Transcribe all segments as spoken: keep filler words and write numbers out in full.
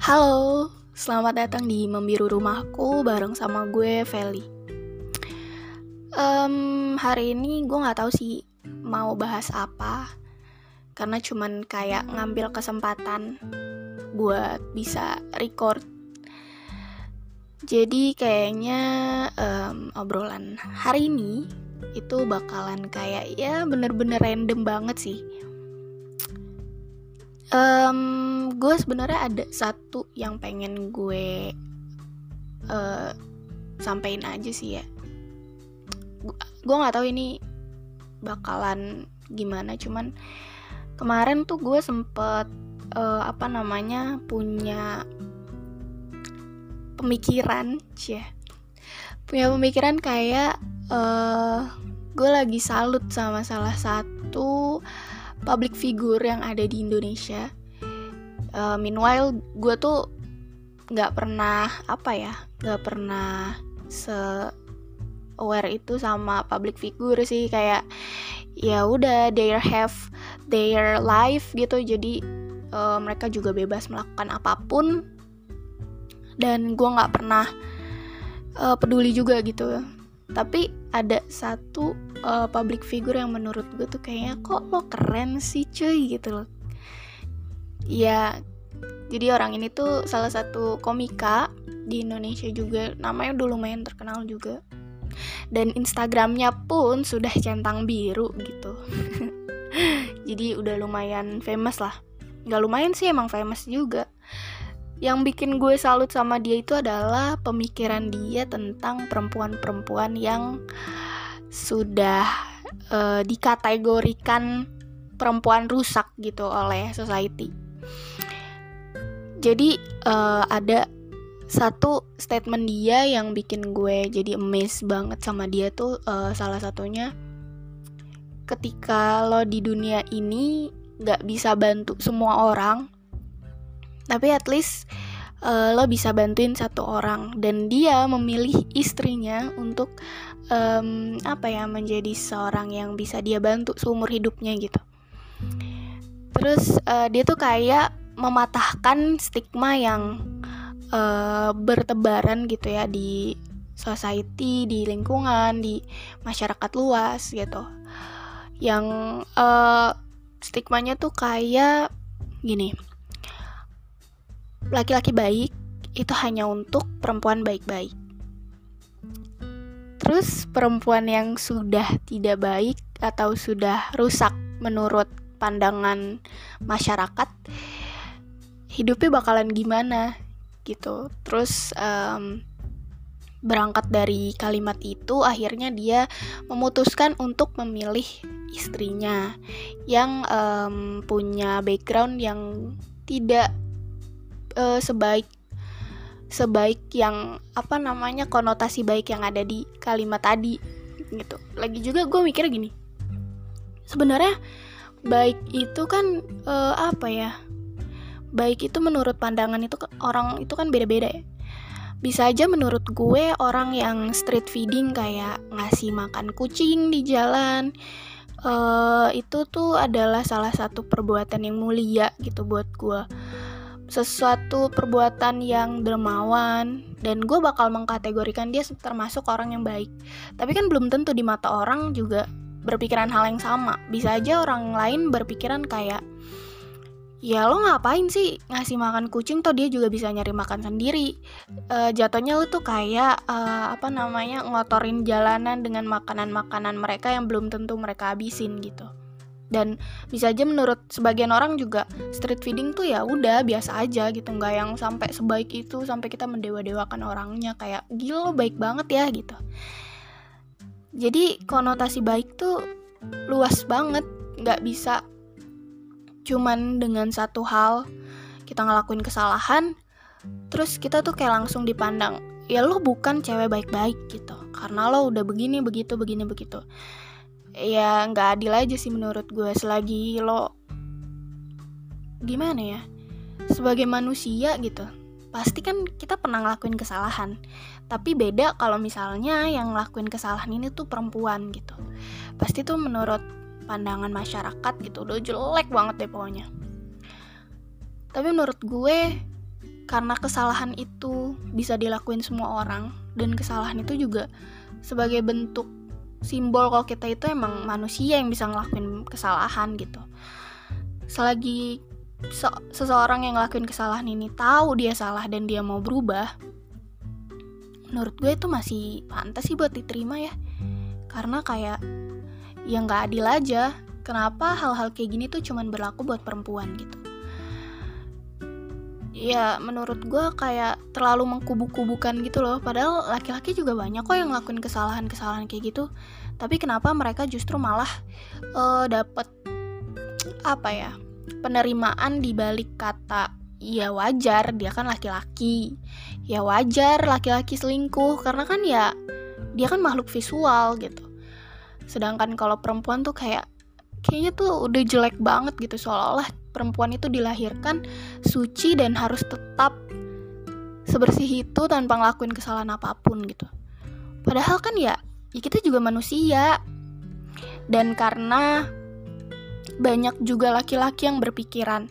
Halo, selamat datang di Membiru Rumahku bareng sama gue, Feli. Um, hari ini gue nggak tahu sih mau bahas apa, karena cuman kayak ngambil kesempatan buat bisa record. Jadi kayaknya um, obrolan hari ini itu bakalan kayak ya bener-bener random banget sih. Um, gue sebenarnya ada satu yang pengen gue uh, sampein aja sih ya. Gue nggak tahu ini bakalan gimana, cuman kemarin tuh gue sempet uh, apa namanya punya pemikiran, cie, punya pemikiran kayak uh, gue lagi salut sama salah satu public figure yang ada di Indonesia. Uh, meanwhile, gue tuh nggak pernah apa ya, nggak pernah se aware itu sama public figure sih, kayak ya udah they have their life gitu. Jadi uh, mereka juga bebas melakukan apapun, dan gue nggak pernah uh, peduli juga gitu. Tapi ada satu uh, public figure yang menurut gue tuh kayaknya kok lo keren sih cuy gitu loh. Ya, jadi orang ini tuh salah satu komika di Indonesia juga, namanya udah lumayan terkenal juga. Dan Instagramnya pun sudah centang biru gitu. Jadi udah lumayan famous lah. Gak lumayan sih, emang famous juga. Yang bikin gue salut sama dia itu adalah pemikiran dia tentang perempuan-perempuan yang sudah uh, dikategorikan perempuan rusak gitu oleh society. Jadi uh, ada satu statement dia yang bikin gue jadi amazed banget sama dia tuh, uh, salah satunya, ketika lo di dunia ini gak bisa bantu semua orang, tapi at least uh, lo bisa bantuin satu orang, dan dia memilih istrinya untuk um, apa ya menjadi seorang yang bisa dia bantu seumur hidupnya gitu. Terus uh, dia tuh kayak mematahkan stigma yang uh, bertebaran gitu ya di society, di lingkungan, di masyarakat luas gitu. Yang uh, stigmanya tuh kayak gini: laki-laki baik itu hanya untuk perempuan baik-baik. Terus perempuan yang sudah tidak baik atau sudah rusak menurut pandangan masyarakat, hidupnya bakalan gimana gitu. Terus um, berangkat dari kalimat itu, akhirnya dia memutuskan untuk memilih istrinya yang um, punya background yang tidak Uh, sebaik sebaik yang apa namanya konotasi baik yang ada di kalimat tadi gitu. Lagi juga gue mikir gini, sebenarnya baik itu kan uh, apa ya baik itu menurut pandangan itu orang itu kan beda-beda ya. Bisa aja menurut gue orang yang street feeding kayak ngasih makan kucing di jalan, uh, itu tuh adalah salah satu perbuatan yang mulia gitu buat gue, sesuatu perbuatan yang dermawan, dan gue bakal mengkategorikan dia termasuk orang yang baik. Tapi kan belum tentu di mata orang juga berpikiran hal yang sama. Bisa aja orang lain berpikiran kayak, ya lo ngapain sih ngasih makan kucing, toh dia juga bisa nyari makan sendiri. E, jatuhnya lo tuh kayak e, apa namanya ngotorin jalanan dengan makanan-makanan mereka yang belum tentu mereka habisin gitu. Dan bisa aja menurut sebagian orang juga street feeding tuh ya udah biasa aja gitu, nggak yang sampai sebaik itu sampai kita mendewa-dewakan orangnya kayak gila lo baik banget ya gitu. Jadi konotasi baik tuh luas banget, nggak bisa cuman dengan satu hal kita ngelakuin kesalahan terus kita tuh kayak langsung dipandang ya lo bukan cewek baik-baik gitu karena lo udah begini begitu begini begitu. Ya nggak adil aja sih menurut gue. Selagi lo gimana ya, sebagai manusia gitu, pasti kan kita pernah ngelakuin kesalahan. Tapi beda kalau misalnya yang ngelakuin kesalahan ini tuh perempuan gitu. Pasti tuh menurut pandangan masyarakat gitu udah jelek banget deh pokoknya. Tapi menurut gue karena kesalahan itu bisa dilakuin semua orang, dan kesalahan itu juga sebagai bentuk simbol kalau kita itu emang manusia yang bisa ngelakuin kesalahan gitu. Selagi se- seseorang yang ngelakuin kesalahan ini tahu dia salah dan dia mau berubah, menurut gue itu masih pantas sih buat diterima ya. Karena kayak ya gak adil aja, kenapa hal-hal kayak gini tuh cuman berlaku buat perempuan gitu. Ya menurut gue kayak terlalu mengkubu-kubukan gitu loh. Padahal laki-laki juga banyak kok yang ngelakuin kesalahan-kesalahan kayak gitu. Tapi kenapa mereka justru malah uh, dapet apa ya, penerimaan di balik kata ya wajar, dia kan laki-laki. Ya wajar laki-laki selingkuh, karena kan ya dia kan makhluk visual gitu. Sedangkan kalau perempuan tuh kayak kayaknya tuh udah jelek banget gitu, seolah-olah perempuan itu dilahirkan suci dan harus tetap sebersih itu tanpa ngelakuin kesalahan apapun gitu. Padahal kan ya, ya kita juga manusia. Dan karena banyak juga laki-laki yang berpikiran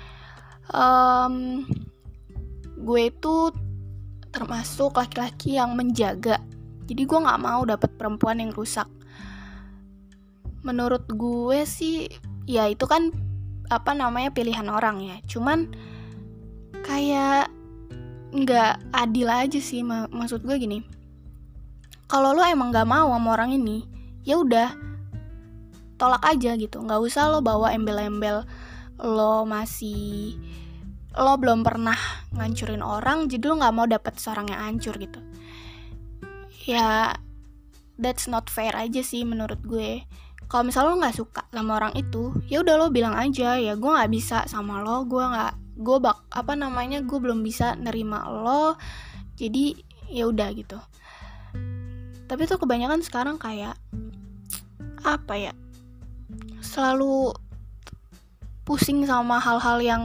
um, gue itu termasuk laki-laki yang menjaga, jadi gue gak mau dapet perempuan yang rusak. Menurut gue sih ya itu kan apa namanya pilihan orang ya, cuman kayak nggak adil aja sih. M- maksud gue gini, kalau lo emang nggak mau sama orang ini, ya udah tolak aja gitu, nggak usah lo bawa embel-embel lo masih lo belum pernah ngancurin orang, jadi lo nggak mau dapet seorang yang hancur gitu. Ya that's not fair aja sih menurut gue. Kalau misalnya lo nggak suka sama orang itu, ya udah lo bilang aja, ya gue nggak bisa sama lo, gue nggak, gue bak apa namanya, gue belum bisa nerima lo, jadi ya udah gitu. Tapi tuh kebanyakan sekarang kayak apa ya, selalu pusing sama hal-hal yang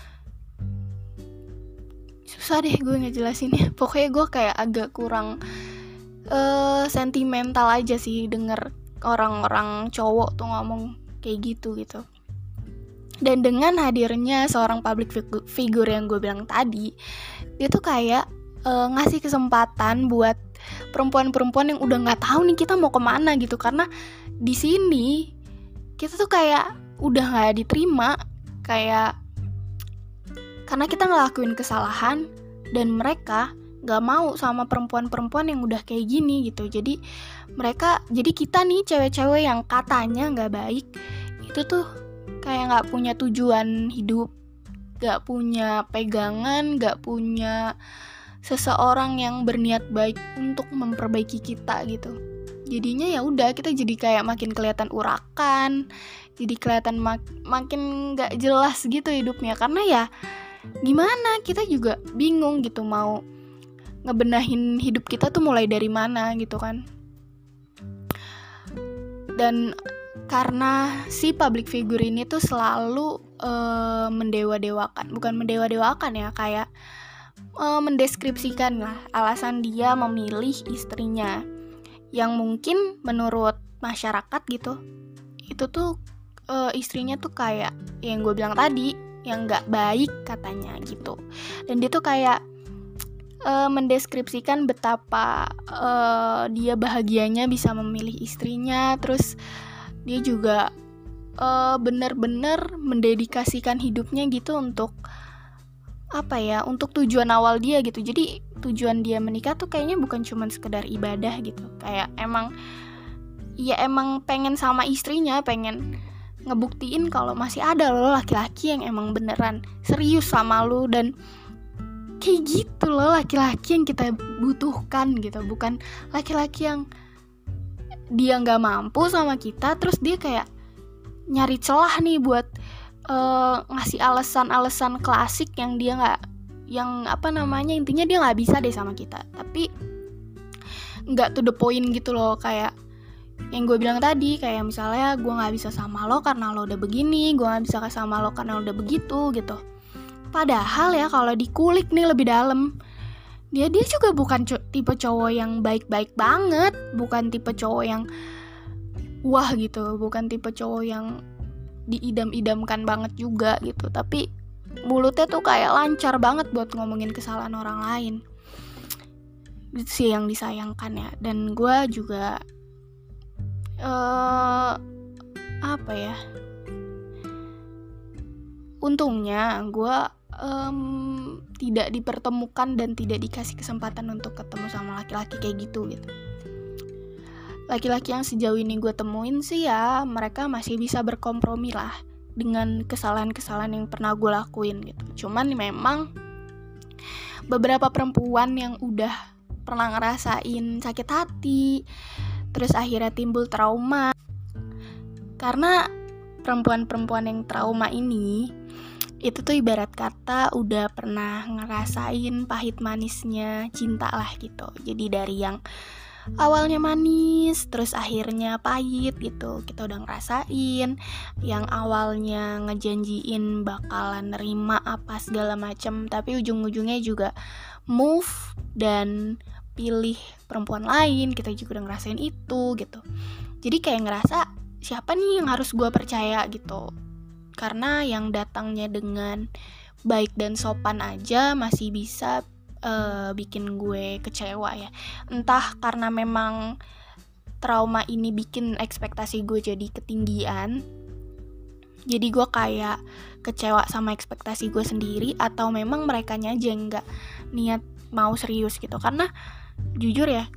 susah deh gue ngejelasinnya. Pokoknya gue kayak agak kurang uh, sentimental aja sih denger orang-orang cowok tuh ngomong kayak gitu gitu. Dan dengan hadirnya seorang public figure yang gue bilang tadi, dia tuh kayak uh, ngasih kesempatan buat perempuan-perempuan yang udah nggak tahu nih kita mau kemana gitu. Karena di sini kita tuh kayak udah nggak diterima, kayak karena kita ngelakuin kesalahan dan mereka gak mau sama perempuan-perempuan yang udah kayak gini gitu. Jadi mereka, jadi kita nih cewek-cewek yang katanya gak baik, itu tuh kayak gak punya tujuan hidup, gak punya pegangan, gak punya seseorang yang berniat baik untuk memperbaiki kita gitu. Jadinya ya udah kita jadi kayak makin kelihatan urakan, jadi kelihatan mak- makin gak jelas gitu hidupnya. Karena ya gimana, kita juga bingung gitu mau ngebenahin hidup kita tuh mulai dari mana gitu kan. Dan karena si public figure ini tuh selalu uh, mendewa-dewakan, bukan mendewa-dewakan ya, kayak uh, mendeskripsikan lah alasan dia memilih istrinya yang mungkin menurut masyarakat gitu, itu tuh uh, istrinya tuh kayak yang gue bilang tadi, yang gak baik katanya gitu. Dan dia tuh kayak Uh, mendeskripsikan betapa uh, dia bahagianya bisa memilih istrinya. Terus dia juga uh, benar-benar mendedikasikan hidupnya gitu untuk apa ya, untuk tujuan awal dia gitu. Jadi tujuan dia menikah tuh kayaknya bukan cuma sekedar ibadah gitu, kayak emang ya emang pengen sama istrinya, pengen ngebuktiin kalau masih ada loh laki-laki yang emang beneran serius sama lu. Dan kayak gitu loh laki-laki yang kita butuhkan gitu, bukan laki-laki yang dia nggak mampu sama kita terus dia kayak nyari celah nih buat uh, ngasih alasan-alasan klasik yang dia nggak, yang apa namanya, intinya dia nggak bisa deh sama kita, tapi nggak to the point gitu loh. Kayak yang gue bilang tadi, kayak misalnya gue nggak bisa sama lo karena lo udah begini, gue nggak bisa sama lo karena lo udah begitu gitu. Padahal ya kalau dikulik nih lebih dalam, dia dia juga bukan co- tipe cowok yang baik-baik banget, bukan tipe cowok yang wah gitu, bukan tipe cowok yang diidam-idamkan banget juga gitu. Tapi mulutnya tuh kayak lancar banget buat ngomongin kesalahan orang lain. Itu sih yang disayangkan ya. Dan gue juga uh, apa ya, untungnya gue um, tidak dipertemukan dan tidak dikasih kesempatan untuk ketemu sama laki-laki kayak gitu gitu. Laki-laki yang sejauh ini gue temuin sih ya, mereka masih bisa berkompromi lah dengan kesalahan-kesalahan yang pernah gue lakuin gitu. Cuman memang beberapa perempuan yang udah pernah ngerasain sakit hati, terus akhirnya timbul trauma. Karena perempuan-perempuan yang trauma ini, itu tuh ibarat kata udah pernah ngerasain pahit manisnya cinta lah gitu. Jadi dari yang awalnya manis, terus akhirnya pahit gitu, kita udah ngerasain. Yang awalnya ngejanjiin bakalan nerima apa segala macem, tapi ujung-ujungnya juga move dan pilih perempuan lain. Kita juga udah ngerasain itu gitu. Jadi kayak ngerasa, siapa nih yang harus gue percaya gitu. Karena yang datangnya dengan baik dan sopan aja masih bisa Uh, bikin gue kecewa ya. Entah karena memang trauma ini bikin ekspektasi gue jadi ketinggian, jadi gue kayak kecewa sama ekspektasi gue sendiri, atau memang merekanya aja nggak niat mau serius gitu. Karena jujur ya,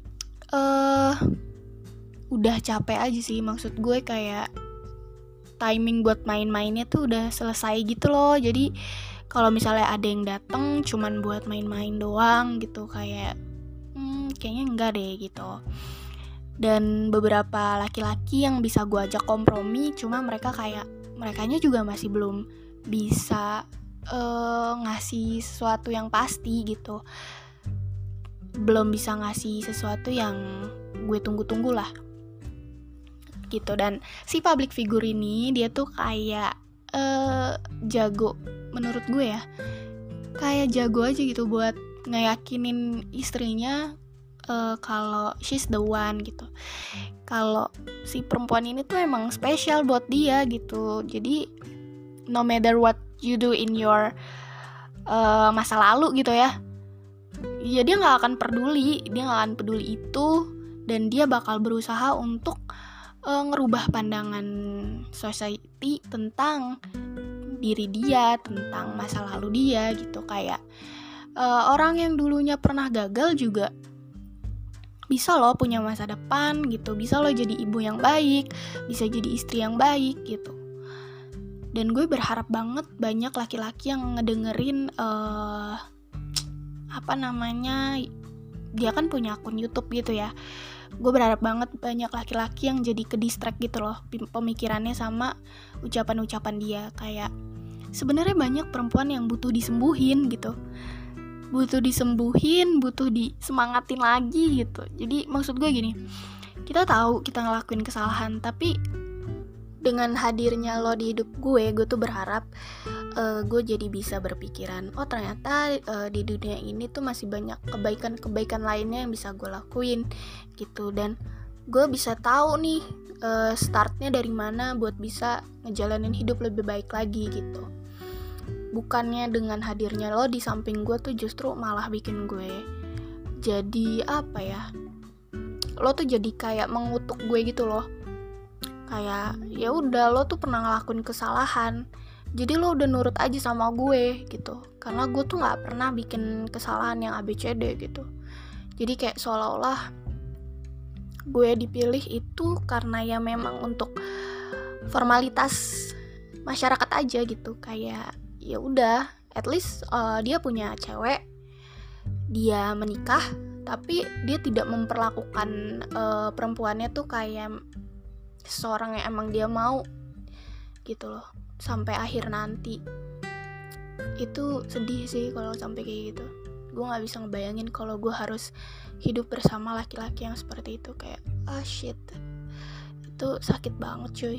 uh, udah capek aja sih. Maksud gue kayak timing buat main-mainnya tuh udah selesai gitu loh. Jadi kalau misalnya ada yang datang cuman buat main-main doang gitu, kayak hmm, kayaknya enggak deh gitu. Dan beberapa laki-laki yang bisa gue ajak kompromi, cuma mereka kayak merekanya juga masih belum bisa uh, ngasih sesuatu yang pasti gitu, belum bisa ngasih sesuatu yang gue tunggu-tunggu lah gitu. Dan si public figure ini dia tuh kayak uh, jago, menurut gue ya, kayak jago aja gitu buat ngeyakinin istrinya uh, kalau she's the one gitu, kalau si perempuan ini tuh emang spesial buat dia gitu. Jadi no matter what you do in your uh, masa lalu gitu ya, ya dia nggak akan peduli, dia nggak akan peduli itu, dan dia bakal berusaha untuk uh, ngerubah pandangan society tentang diri dia, tentang masa lalu dia gitu. Kayak uh, orang yang dulunya pernah gagal juga bisa loh punya masa depan gitu, bisa loh jadi ibu yang baik, bisa jadi istri yang baik gitu. Dan gue berharap banget banyak laki-laki yang ngedengerin uh, apa namanya, dia kan punya akun YouTube gitu ya. Gue berharap banget banyak laki-laki yang jadi ke-distract gitu loh pemikirannya sama ucapan-ucapan dia. Kayak sebenarnya banyak perempuan yang butuh disembuhin gitu, butuh disembuhin, butuh disemangatin lagi gitu. Jadi maksud gue gini, kita tahu kita ngelakuin kesalahan, tapi dengan hadirnya lo di hidup gue, gue tuh berharap uh, gue jadi bisa berpikiran, oh ternyata uh, di dunia ini tuh masih banyak kebaikan-kebaikan lainnya yang bisa gue lakuin gitu. Dan gue bisa tahu nih uh, startnya dari mana buat bisa ngejalanin hidup lebih baik lagi gitu. Bukannya dengan hadirnya lo di samping gue tuh justru malah bikin gue jadi apa ya, lo tuh jadi kayak mengutuk gue gitu loh. Kayak ya udah, lo tuh pernah ngelakuin kesalahan, jadi lo udah nurut aja sama gue gitu. Karena gue tuh nggak pernah bikin kesalahan yang A B C D gitu. Jadi kayak seolah-olah gue dipilih itu karena ya memang untuk formalitas masyarakat aja gitu. Kayak ya udah, at least uh, dia punya cewek, dia menikah, tapi dia tidak memperlakukan uh, perempuannya tuh kayak seseorang yang emang dia mau gitu loh sampai akhir nanti. Itu sedih sih kalau sampai kayak gitu. Gue nggak bisa ngebayangin kalau gue harus hidup bersama laki-laki yang seperti itu. Kayak ah shit, itu sakit banget cuy.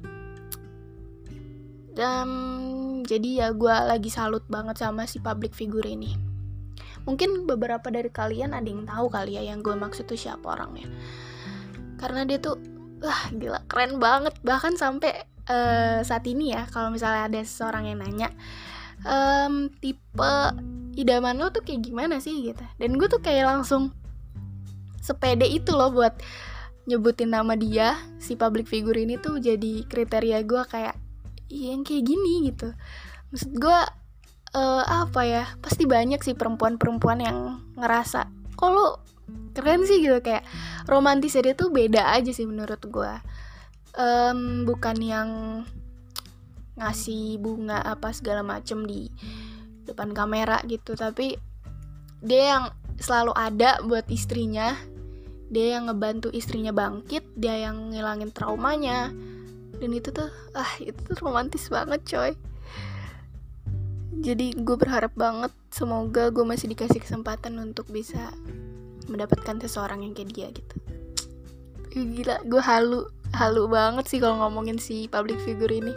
Dan jadi ya gue lagi salut banget sama si public figure ini. Mungkin beberapa dari kalian ada yang tahu kali ya yang gue maksud tuh siapa orangnya. Karena dia tuh wah gila, keren banget. Bahkan sampai uh, saat ini ya, kalau misalnya ada seseorang yang nanya um, tipe idaman lo tuh kayak gimana sih gitu. Dan gue tuh kayak langsung sepede itu loh buat nyebutin nama dia, si public figure ini tuh jadi kriteria gue kayak yang kayak gini gitu. Maksud gue uh, apa ya, pasti banyak sih perempuan-perempuan yang ngerasa kok lo keren sih gitu, kayak romantisnya dia tuh beda aja sih menurut gue. Um, bukan yang ngasih bunga apa segala macem di depan kamera gitu, tapi dia yang selalu ada buat istrinya, dia yang ngebantu istrinya bangkit, dia yang ngilangin traumanya. Dan itu tuh ah itu tuh romantis banget coy. Jadi gue berharap banget semoga gue masih dikasih kesempatan untuk bisa mendapatkan seseorang yang kayak dia gitu. Gila, gue halu halu banget sih kalau ngomongin si public figure ini.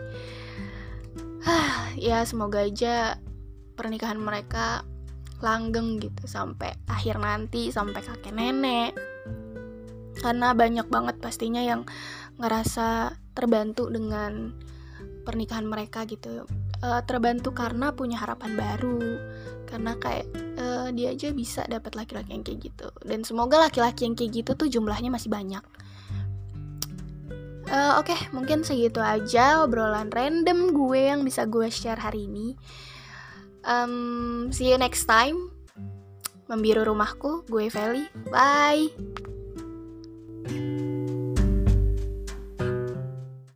Ya semoga aja pernikahan mereka langgeng gitu sampai akhir nanti, sampai kakek nenek. Karena banyak banget pastinya yang ngerasa terbantu dengan pernikahan mereka gitu. Uh, terbantu karena punya harapan baru, karena kayak uh, dia aja bisa dapat laki-laki yang kayak gitu. Dan semoga laki-laki yang kayak gitu tuh jumlahnya masih banyak. Uh, Oke, okay, mungkin segitu aja obrolan random gue yang bisa gue share hari ini. Um, see you next time. Membiru rumahku, gue Feli. Bye.